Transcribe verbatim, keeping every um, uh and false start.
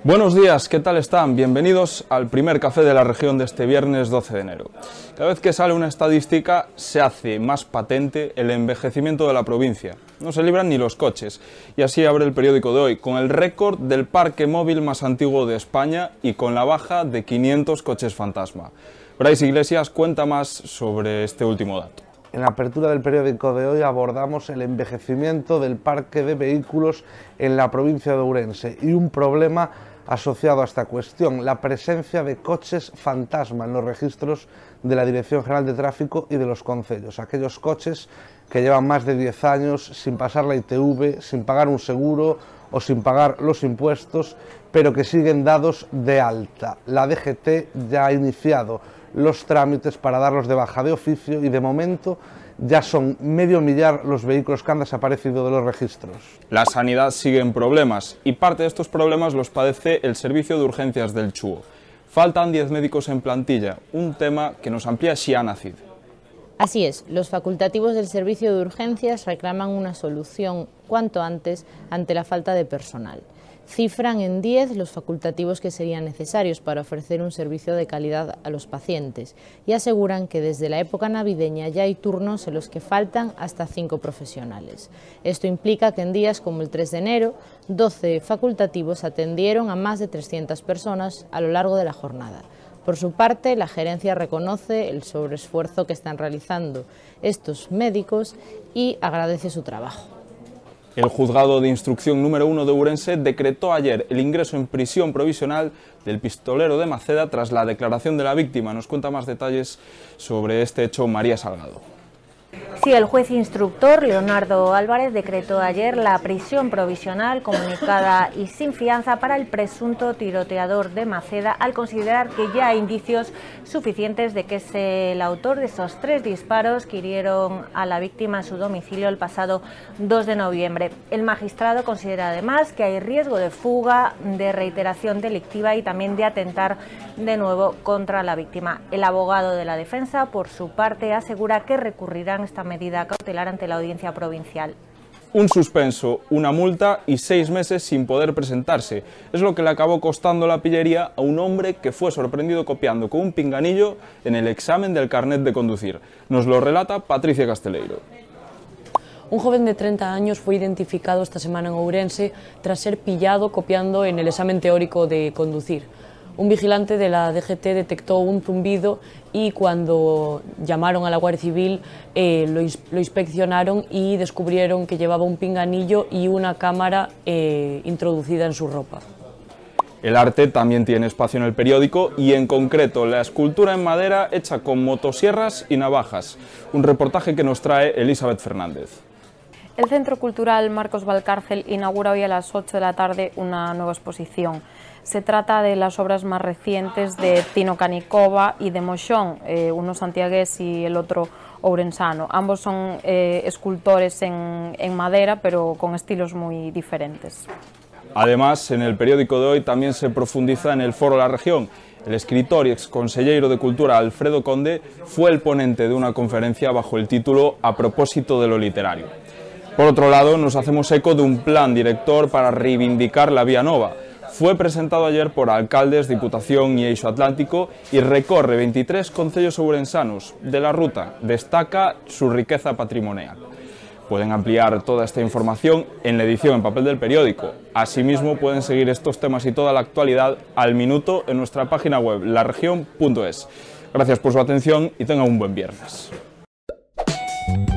Buenos días, ¿qué tal están? Bienvenidos al primer café de la región de este viernes doce de enero. Cada vez que sale una estadística se hace más patente el envejecimiento de la provincia. No se libran ni los coches. Y así abre el periódico de hoy, con el récord del parque móvil más antiguo de España y con la baja de quinientos coches fantasma. Brais Iglesias cuenta más sobre este último dato. En la apertura del periódico de hoy abordamos el envejecimiento del parque de vehículos en la provincia de Ourense y un problema asociado a esta cuestión, la presencia de coches fantasma en los registros de la Dirección General de Tráfico y de los concellos, aquellos coches que llevan más de diez años sin pasar la I T V, sin pagar un seguro o sin pagar los impuestos, pero que siguen dados de alta. La D G T ya ha iniciado los trámites para darlos de baja de oficio y de momento ya son medio millar los vehículos que han desaparecido de los registros. La sanidad sigue en problemas y parte de estos problemas los padece el servicio de urgencias del Chúo. Faltan diez médicos en plantilla, un tema que nos amplía Xiana Cid. Así es, los facultativos del servicio de urgencias reclaman una solución cuanto antes ante la falta de personal. Cifran en diez los facultativos que serían necesarios para ofrecer un servicio de calidad a los pacientes y aseguran que desde la época navideña ya hay turnos en los que faltan hasta cinco profesionales. Esto implica que en días como el tres de enero, doce facultativos atendieron a más de trescientas personas a lo largo de la jornada. Por su parte, la gerencia reconoce el sobreesfuerzo que están realizando estos médicos y agradece su trabajo. El juzgado de instrucción número uno de Ourense decretó ayer el ingreso en prisión provisional del pistolero de Maceda tras la declaración de la víctima. Nos cuenta más detalles sobre este hecho María Salgado. Sí, el juez instructor Leonardo Álvarez decretó ayer la prisión provisional comunicada y sin fianza para el presunto tiroteador de Maceda al considerar que ya hay indicios suficientes de que es el autor de esos tres disparos que hirieron a la víctima en su domicilio el pasado dos de noviembre. El magistrado considera además que hay riesgo de fuga, de reiteración delictiva y también de atentar de nuevo contra la víctima. El abogado de la defensa, por su parte, asegura que recurrirán esta medida cautelar ante la audiencia provincial. Un suspenso, una multa y seis meses sin poder presentarse. Es lo que le acabó costando la pillería a un hombre que fue sorprendido copiando con un pinganillo en el examen del carnet de conducir. Nos lo relata Patricia Casteleiro. Un joven de treinta años fue identificado esta semana en Ourense tras ser pillado copiando en el examen teórico de conducir. Un vigilante de la D G T detectó un zumbido y cuando llamaron a la Guardia Civil eh, lo, ins lo inspeccionaron y descubrieron que llevaba un pinganillo y una cámara eh, introducida en su ropa. El arte también tiene espacio en el periódico y en concreto la escultura en madera hecha con motosierras y navajas. Un reportaje que nos trae Elizabeth Fernández. El Centro Cultural Marcos Valcárcel inaugura hoy a las ocho de la tarde una nueva exposición. Se trata de las obras más recientes de Tino Canicova y de Moxón, eh, uno santiagués y el otro ourensano. Ambos son eh, escultores en, en madera, pero con estilos muy diferentes. Además, en el periódico de hoy también se profundiza en el Foro La Región. El escritor y exconsellero de Cultura Alfredo Conde fue el ponente de una conferencia bajo el título A propósito de lo literario. Por otro lado, nos hacemos eco de un plan director para reivindicar la Vía Nova. Fue presentado ayer por alcaldes, Diputación y Eixo Atlántico y recorre veintitrés concellos ourensanos. De la ruta destaca su riqueza patrimonial. Pueden ampliar toda esta información en la edición en papel del periódico. Asimismo, pueden seguir estos temas y toda la actualidad al minuto en nuestra página web, la región punto es. Gracias por su atención y tengan un buen viernes.